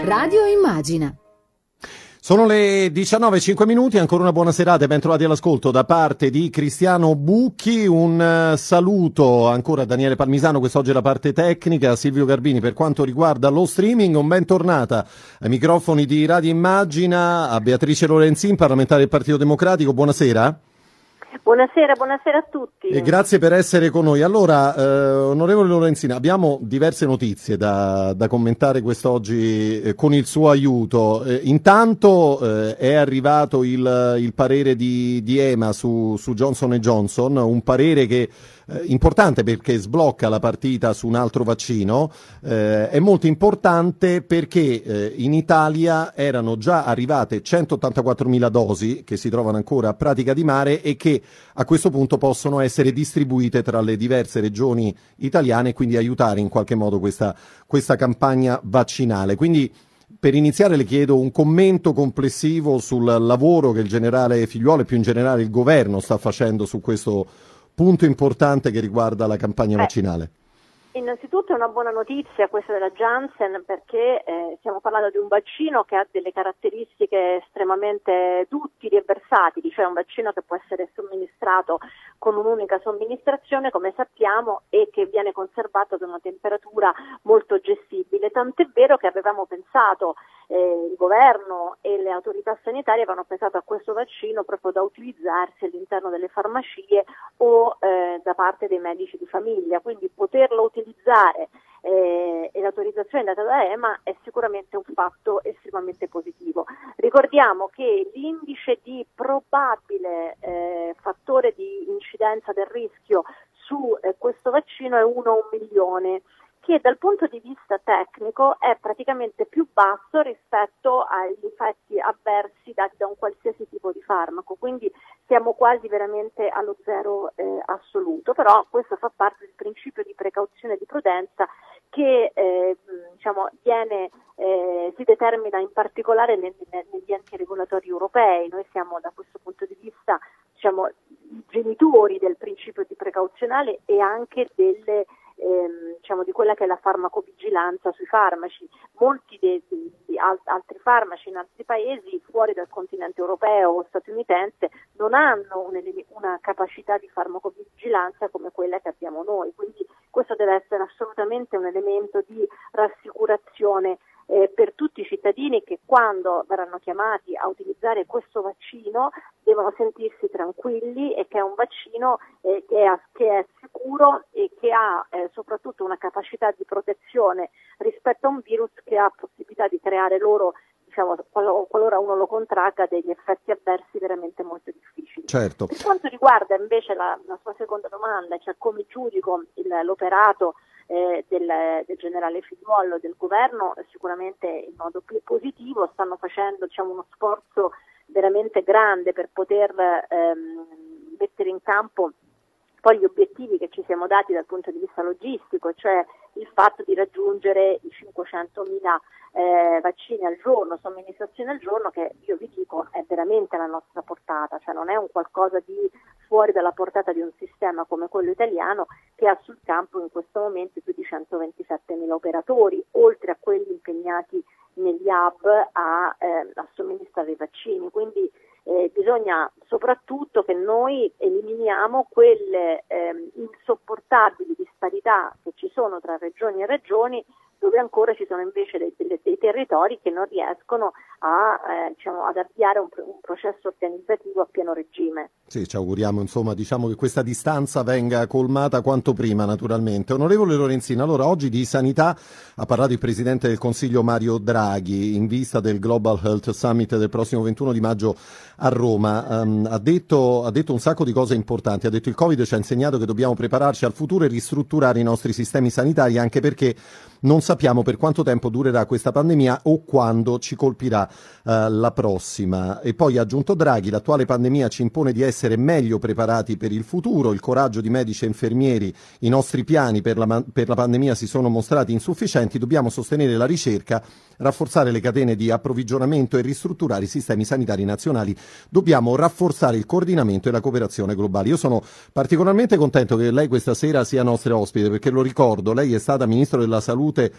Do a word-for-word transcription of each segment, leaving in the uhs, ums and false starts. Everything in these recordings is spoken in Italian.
Radio Immagina. Sono le diciannove e cinque minuti, ancora una buona serata e ben trovati all'ascolto da parte di Cristiano Bucchi. Un uh, saluto ancora a Daniele Palmisano, quest'oggi è la parte tecnica, a Silvio Garbini per quanto riguarda lo streaming. Un bentornata ai microfoni di Radio Immagina a Beatrice Lorenzin, parlamentare del Partito Democratico. Buonasera. Buonasera, buonasera a tutti. E grazie per essere con noi. Allora, eh, onorevole Lorenzin, abbiamo diverse notizie da, da commentare quest'oggi eh, con il suo aiuto. Eh, intanto eh, è arrivato il, il parere di, di E M A su, su Johnson and Johnson, un parere che eh, importante perché sblocca la partita su un altro vaccino, eh, è molto importante perché eh, in Italia erano già arrivate centottantaquattromila dosi che si trovano ancora a Pratica di Mare e che a questo punto possono essere distribuite tra le diverse regioni italiane e quindi aiutare in qualche modo questa, questa campagna vaccinale. Quindi per iniziare le chiedo un commento complessivo sul lavoro che il generale Figliuolo e più in generale il governo sta facendo su questo punto importante che riguarda la campagna Beh. vaccinale. Innanzitutto è una buona notizia questa della Janssen perché eh, stiamo parlando di un vaccino che ha delle caratteristiche estremamente duttili e versatili, cioè un vaccino che può essere somministrato con un'unica somministrazione, come sappiamo, e che viene conservato ad una temperatura molto gestibile, tant'è vero che avevamo pensato, eh, il governo e le autorità sanitarie avevano pensato a questo vaccino proprio da utilizzarsi all'interno delle farmacie o eh, da parte dei medici di famiglia, quindi poterlo utilizzare eh, e l'autorizzazione data da E M A è sicuramente un fatto estremamente positivo. Ricordiamo che l'indice di probabile eh, fattore di incidenza del rischio su eh, questo vaccino è uno a un milione, che dal punto di vista tecnico è praticamente più basso rispetto agli effetti avversi dati da un qualsiasi tipo di farmaco, quindi siamo quasi veramente allo zero eh, assoluto, però questo fa parte del principio di precauzione e di prudenza che eh, diciamo, viene, eh, si determina in particolare nel, negli enti regolatori europei. Noi siamo da questo punto di vista diciamo, genitori del principio di precauzionale e anche delle Ehm, diciamo di quella che è la farmacovigilanza sui farmaci. Molti dei, di, di alt- altri farmaci in altri paesi fuori dal continente europeo o statunitense non hanno un, una capacità di farmacovigilanza come quella che abbiamo noi, quindi questo deve essere assolutamente un elemento di rassicurazione eh, per tutti i cittadini che quando verranno chiamati a utilizzare questo vaccino devono sentirsi tranquilli e che è un vaccino eh, che, è, che è sicuro e che ha eh, soprattutto una capacità di protezione rispetto a un virus che ha possibilità di creare loro, diciamo, qualora uno lo contragga, degli effetti avversi veramente molto difficili. Certo. Per quanto riguarda invece la, la sua seconda domanda, cioè come giudico il, l'operato eh, del, del generale Figliuolo del governo, sicuramente in modo più positivo, stanno facendo diciamo, uno sforzo veramente grande per poter ehm, mettere in campo poi gli obiettivi che ci siamo dati dal punto di vista logistico, cioè il fatto di raggiungere i cinquecentomila eh, vaccini al giorno, somministrazioni al giorno, che io vi dico è veramente alla nostra portata, cioè non è un qualcosa di fuori dalla portata di un sistema come quello italiano che ha sul campo in questo momento più di centoventisettemila operatori, oltre a quelli impegnati negli hub a, eh, a somministrare i vaccini, quindi eh, bisogna soprattutto che noi eliminiamo quelle eh, insopportabili disparità che ci sono tra regioni e regioni, dove ancora ci sono invece dei, dei, dei territori che non riescono a, eh, diciamo, ad avviare un, un processo organizzativo a pieno regime. Sì, ci auguriamo insomma diciamo che questa distanza venga colmata quanto prima naturalmente. Onorevole Lorenzin, allora oggi di sanità ha parlato il Presidente del Consiglio Mario Draghi in vista del Global Health Summit del prossimo ventuno di maggio a Roma. Um, ha, detto, ha detto un sacco di cose importanti, ha detto il Covid ci ha insegnato che dobbiamo prepararci al futuro e ristrutturare i nostri sistemi sanitari anche perché non sappiamo per quanto tempo durerà questa pandemia o quando ci colpirà uh, la prossima. E poi ha aggiunto Draghi, l'attuale pandemia ci impone di essere meglio preparati per il futuro, il coraggio di medici e infermieri, i nostri piani per la, per la pandemia si sono mostrati insufficienti, dobbiamo sostenere la ricerca, rafforzare le catene di approvvigionamento e ristrutturare i sistemi sanitari nazionali, dobbiamo rafforzare il coordinamento e la cooperazione globale. Io sono particolarmente contento che lei questa sera sia nostra ospite perché lo ricordo, lei è stata Ministro della Salute salute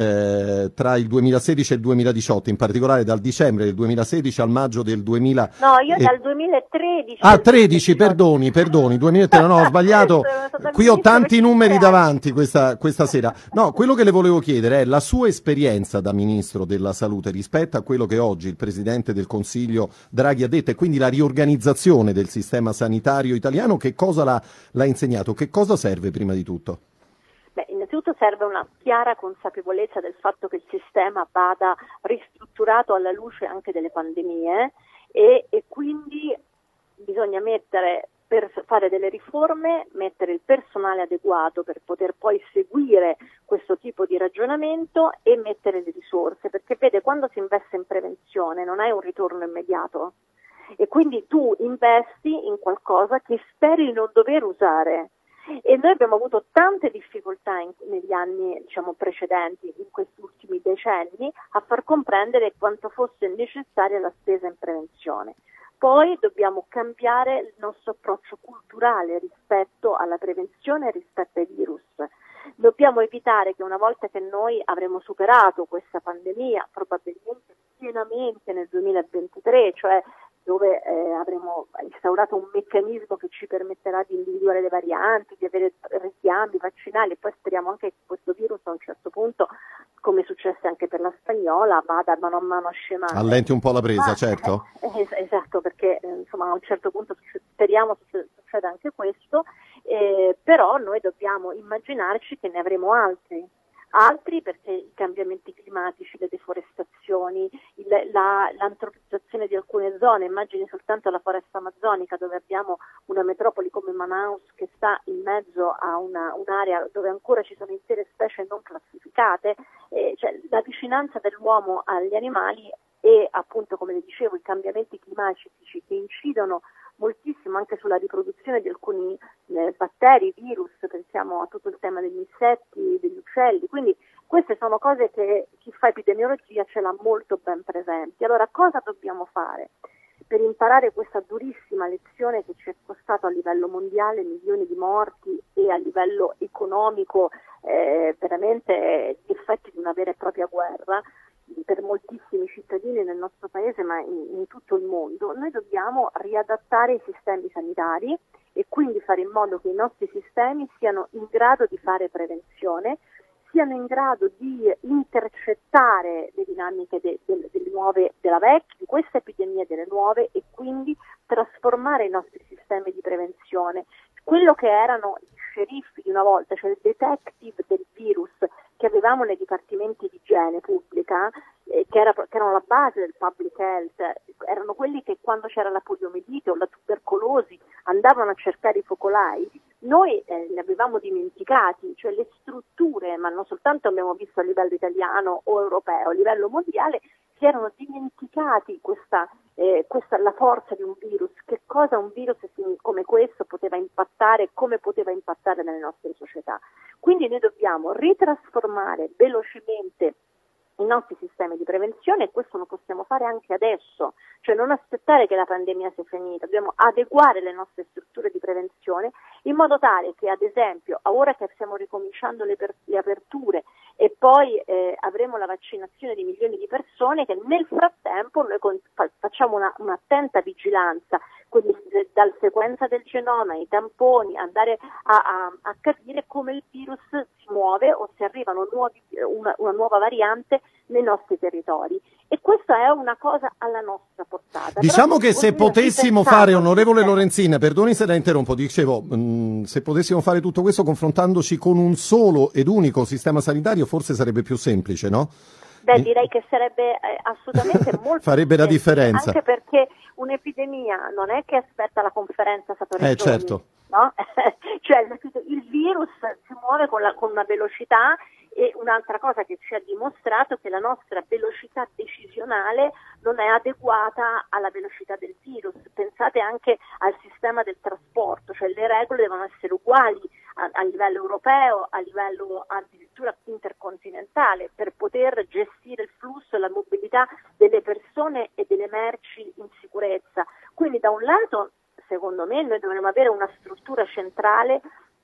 eh, tra il duemilasedici e il duemiladiciotto, in particolare dal dicembre del duemilasedici al maggio del duemila. No, io e... dal duemilatredici. Ah, tredici, perdoni, perdoni, duemilatredici, no, ho sbagliato. Qui ho tanti numeri davanti questa, questa sera. No, quello che le volevo chiedere è la sua esperienza da Ministro della Salute rispetto a quello che oggi il Presidente del Consiglio Draghi ha detto, e quindi la riorganizzazione del sistema sanitario italiano. Che cosa l'ha, l'ha insegnato? Che cosa serve prima di tutto? Beh, innanzitutto serve una chiara consapevolezza del fatto che il sistema vada ristrutturato alla luce anche delle pandemie e, e quindi bisogna mettere, per fare delle riforme, mettere il personale adeguato per poter poi seguire questo tipo di ragionamento e mettere le risorse, perché vede, quando si investe in prevenzione non hai un ritorno immediato e quindi tu investi in qualcosa che speri di non dover usare. E noi abbiamo avuto tante difficoltà in, negli anni diciamo precedenti, in questi ultimi decenni, a far comprendere quanto fosse necessaria la spesa in prevenzione. Poi dobbiamo cambiare il nostro approccio culturale rispetto alla prevenzione e rispetto ai virus. Dobbiamo evitare che una volta che noi avremo superato questa pandemia, probabilmente pienamente nel duemilaventitré, cioè dove eh, avremo instaurato un meccanismo che ci permetterà di individuare le varianti, di avere richiami vaccinali, e poi speriamo anche che questo virus a un certo punto, come successe anche per la spagnola, vada mano a mano a scemare. Allenti un po' la presa, Ma, certo. Eh, es- esatto, perché eh, insomma a un certo punto speriamo che succeda anche questo, eh, però noi dobbiamo immaginarci che ne avremo altri. Altri perché i cambiamenti climatici, le deforestazioni, il, la, l'antropizzazione di alcune zone, immagini soltanto la foresta amazzonica dove abbiamo una metropoli come Manaus che sta in mezzo a una, un'area dove ancora ci sono intere specie non classificate, eh, cioè la vicinanza dell'uomo agli animali e appunto, come le dicevo, i cambiamenti climatici che incidono moltissimo anche sulla riproduzione di alcuni eh, batteri, virus, pensiamo a tutto il tema degli insetti, degli uccelli, quindi queste sono cose che chi fa epidemiologia ce l'ha molto ben presenti. Allora cosa dobbiamo fare per imparare questa durissima lezione che ci è costato a livello mondiale milioni di morti e a livello economico eh, veramente gli effetti di una vera e propria guerra per moltissimi cittadini nel nostro paese ma in, in tutto il mondo? Noi dobbiamo riadattare i sistemi sanitari e quindi fare in modo che i nostri sistemi siano in grado di fare prevenzione, siano in grado di intercettare le dinamiche de, de, delle nuove, della vecchia, di questa epidemia e delle nuove, e quindi trasformare i nostri sistemi di prevenzione. Quello che erano gli sceriffi di una volta, cioè il detective del virus che avevamo nei dipartimenti di igiene pubblica, eh, che, era, che erano la base del public health, erano quelli che quando c'era la poliomielite o la tubercolosi andavano a cercare i focolai. Noi eh, li avevamo dimenticati, cioè le strutture, ma non soltanto abbiamo visto a livello italiano o europeo, a livello mondiale, si erano dimenticati questa, eh, questa la forza di un virus, che cosa un virus come questo poteva impattare, come poteva impattare nelle nostre società. Quindi noi dobbiamo ritrasformare velocemente i nostri sistemi di prevenzione, e questo lo possiamo fare anche adesso, cioè non aspettare che la pandemia sia finita, dobbiamo adeguare le nostre strutture di prevenzione in modo tale che, ad esempio, ora che stiamo ricominciando le, per- le aperture e poi eh, avremo la vaccinazione di milioni di persone, che nel frattempo noi con- fa- facciamo una, un'attenta vigilanza, quindi eh, dal sequenza del genoma, i tamponi, andare a, a, a capire come il virus si muove o se arrivano nuovi, una, una nuova variante nei nostri territori, e questa è una cosa alla nostra portata. Diciamo Però che se potessimo fare, onorevole Lorenzin, perdoni se la interrompo, dicevo, mh, se potessimo fare tutto questo confrontandoci con un solo ed unico sistema sanitario, forse sarebbe più semplice, no? Beh, direi che sarebbe eh, assolutamente molto farebbe la differenza, anche perché un'epidemia non è che aspetta la conferenza Stato-Regioni, eh, certo. no? Cioè il virus si muove con, la, con una velocità, e un'altra cosa che ci ha dimostrato è che la nostra velocità decisionale non è adeguata alla velocità del virus. Pensate anche al sistema del trasporto, cioè le regole devono essere uguali a, a livello europeo, a livello addirittura intercontinentale, per poter gestire il flusso e la mobilità delle persone e delle merci in sicurezza. Quindi da un lato, secondo me, noi dovremmo avere una struttura centrale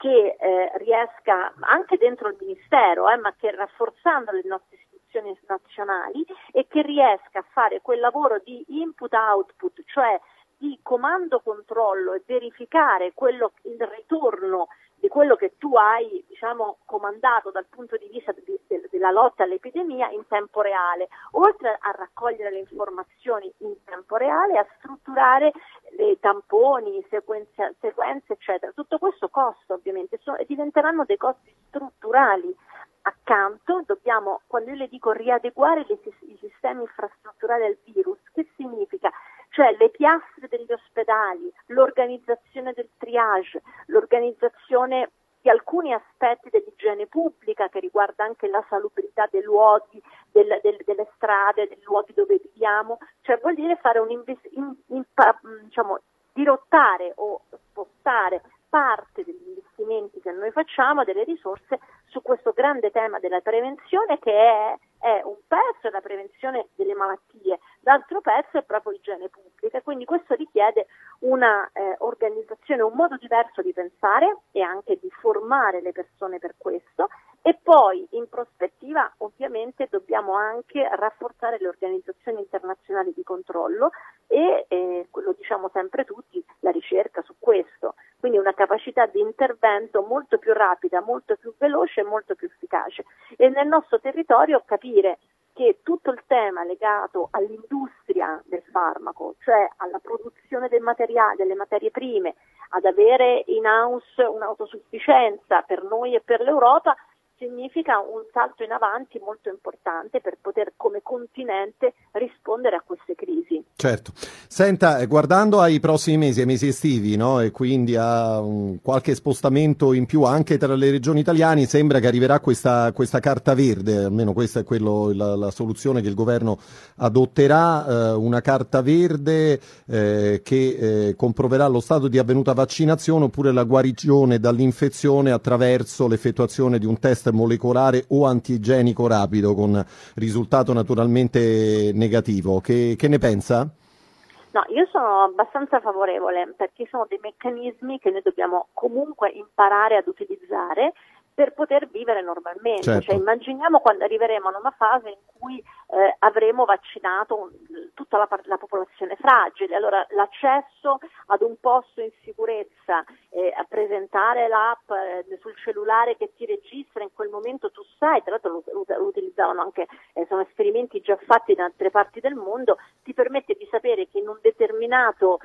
che eh, riesca anche dentro il Ministero, eh, ma che rafforzando le nostre istituzioni nazionali e che riesca a fare quel lavoro di input-output, cioè di comando-controllo e verificare quello, il ritorno di quello che tu hai, diciamo, comandato dal punto di vista di, de, della lotta all'epidemia in tempo reale, oltre a raccogliere le informazioni in tempo reale, a strutturare le tamponi, sequenze, sequenze eccetera. Tutto questo costa ovviamente, so, diventeranno dei costi strutturali. Accanto dobbiamo, quando io le dico riadeguare le, i sistemi infrastrutturali al virus, che significa? Cioè le piastre degli ospedali, l'organizzazione del triage, l'organizzazione di alcuni aspetti dell'igiene pubblica che riguarda anche la salubrità dei luoghi, del, del, delle strade, dei luoghi dove viviamo, cioè vuol dire fare un invest- in, in, diciamo, dirottare o spostare parte degli investimenti che noi facciamo, delle risorse, su questo grande tema della prevenzione che è, è un pezzo è la prevenzione delle malattie, l'altro pezzo è proprio l'igiene pubblica, quindi questo richiede una eh, organizzazione, un modo diverso di pensare e anche di formare le persone per questo, e poi in prospettiva ovviamente dobbiamo anche rafforzare le organizzazioni internazionali di controllo e eh, lo diciamo sempre tutti, la ricerca su questo, quindi una capacità di intervento molto più rapida, molto più veloce e molto più efficace, e nel nostro territorio capire che tutto il tema legato all'industria del farmaco, cioè alla produzione del materiale, delle materie prime, ad avere in house un'autosufficienza per noi e per l'Europa, significa un salto in avanti molto importante per poter come continente rispondere a queste crisi. Certo. Senta, guardando ai prossimi mesi, ai mesi estivi, no? E quindi a un, qualche spostamento in più anche tra le regioni italiane, sembra che arriverà questa, questa carta verde, almeno questa è quello, la, la soluzione che il governo adotterà, eh, una carta verde eh, che eh, comproverà lo stato di avvenuta vaccinazione oppure la guarigione dall'infezione attraverso l'effettuazione di un test molecolare o antigenico rapido con risultato naturalmente negativo. Che, che ne pensa? No, io sono abbastanza favorevole perché sono dei meccanismi che noi dobbiamo comunque imparare ad utilizzare per poter vivere normalmente. Certo. Cioè, immaginiamo quando arriveremo a una fase in cui eh, avremo vaccinato tutta la, la popolazione fragile, allora l'accesso ad un posto in sicurezza, eh, a presentare l'app eh, sul cellulare che ti registra, in quel momento tu sai, tra l'altro lo, lo, lo utilizzavano anche, eh, sono esperimenti già fatti da altre parti del mondo, ti permette di sapere che in un determinato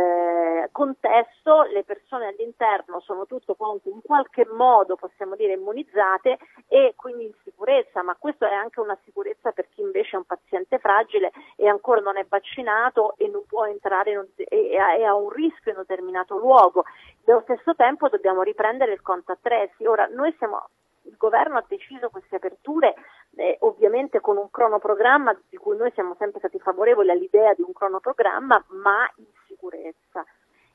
eh, contesto le persone all'interno sono tutto quanto in qualche modo, possiamo dire, immunizzate e quindi in sicurezza, ma questo è anche una sicurezza per chi invece è un paziente fragile e ancora non è vaccinato e non può entrare in un, e, e ha un rischio in un determinato luogo. Nello stesso tempo dobbiamo riprendere il contact tracing. Ora noi siamo, il governo ha deciso queste aperture eh, ovviamente con un cronoprogramma di cui noi siamo sempre stati favorevoli all'idea di un cronoprogramma, ma in sicurezza.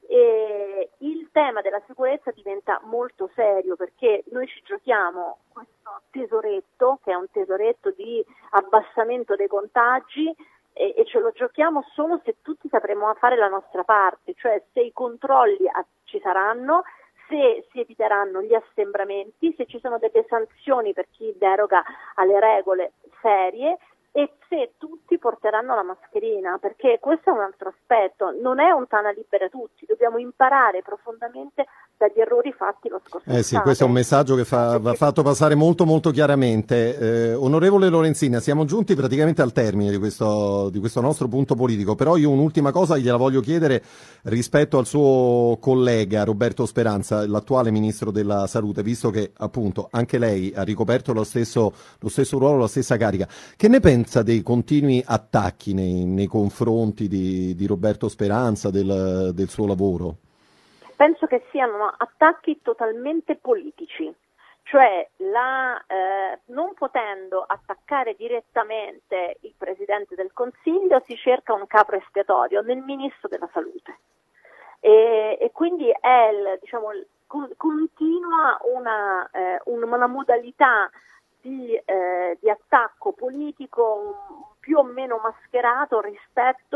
E il tema della sicurezza diventa molto serio perché noi ci giochiamo questo tesoretto, che è un tesoretto di abbassamento dei contagi, e, e ce lo giochiamo solo se tutti sapremo fare la nostra parte, cioè se i controlli a, ci saranno, se si eviteranno gli assembramenti, se ci sono delle sanzioni per chi deroga alle regole serie, e se tutti porteranno la mascherina, perché questo è un altro aspetto, non è un tana libera tutti, dobbiamo imparare profondamente dagli errori fatti lo scorso anno. Eh sì, questo è un messaggio che fa, va fatto passare molto molto chiaramente. Eh, onorevole Lorenzina, siamo giunti praticamente al termine di questo, di questo nostro punto politico, però io un'ultima cosa gliela voglio chiedere rispetto al suo collega Roberto Speranza, l'attuale Ministro della Salute, visto che appunto anche lei ha ricoperto lo stesso, lo stesso ruolo, la stessa carica. Che ne pensa dei continui attacchi nei, nei confronti di, di Roberto Speranza, del, del suo lavoro? Penso che siano attacchi totalmente politici, cioè la, eh, non potendo attaccare direttamente il Presidente del Consiglio si cerca un capro espiatorio nel Ministro della Salute e, e quindi è il, diciamo, continua una, eh, una modalità Di, eh, di attacco politico più o meno mascherato rispetto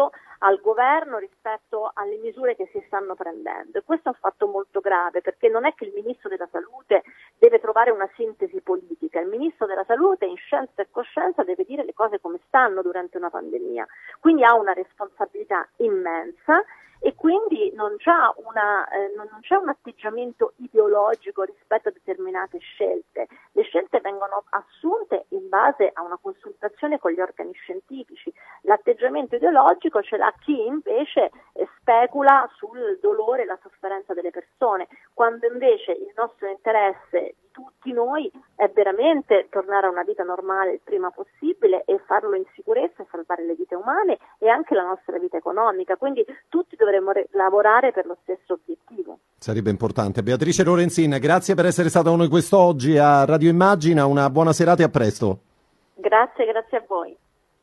al governo rispetto alle misure che si stanno prendendo. E questo è un fatto molto grave, perché non è che il Ministro della Salute deve trovare una sintesi politica, il Ministro della Salute in scienza e coscienza deve dire le cose come stanno durante una pandemia, quindi ha una responsabilità immensa. E quindi non c'è, una, eh, non c'è un atteggiamento ideologico rispetto a determinate scelte. Le scelte vengono assunte in base a una consultazione con gli organi scientifici. L'atteggiamento ideologico ce l'ha chi invece eh, specula sul dolore e la sofferenza delle persone, quando invece il nostro interesse di tutti noi è veramente tornare a una vita normale il prima possibile e farlo in sicurezza e salvare le vite umane e anche la nostra vita economica. Quindi tutti dovremmo re- lavorare per lo stesso obiettivo. Sarebbe importante. Beatrice Lorenzin, grazie per essere stata con noi quest'oggi a Radio Immagina, una buona serata e a presto. Grazie, grazie a voi.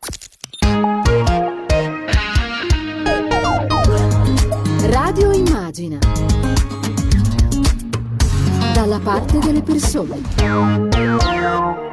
Radio Immagina, dalla parte delle persone.